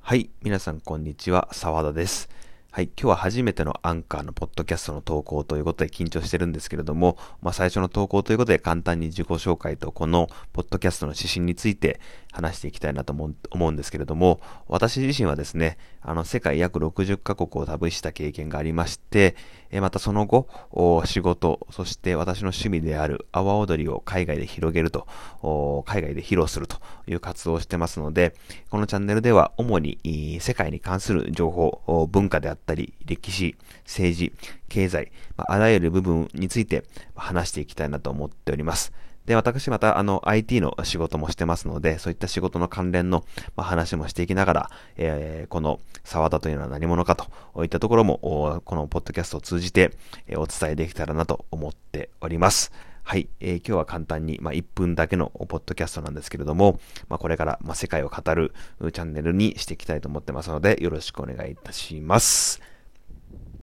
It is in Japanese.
はい、皆さんこんにちは、澤田です。はい、今日は初めてのアンカーのポッドキャストの投稿ということで緊張してるんですけれども、最初の投稿ということで簡単に自己紹介とこのポッドキャストの指針について話していきたいなと思うんですけれども、私自身はですね、世界約60カ国を旅した経験がありまして、またその後、仕事、そして私の趣味である阿波踊りを海外で広げると、海外で披露するという活動をしてますので、このチャンネルでは主に世界に関する情報、文化であったり、歴史、政治、経済、あらゆる部分について話していきたいなと思っております。で、私またIT の仕事もしてますので、そういった仕事の関連の話もしていきながら、この澤田というのは何者かといったところも、このポッドキャストを通じて、お伝えできたらなと思っております。はい、今日は簡単に、1分だけのポッドキャストなんですけれども、これから、世界を語るチャンネルにしていきたいと思ってますので、よろしくお願いいたします。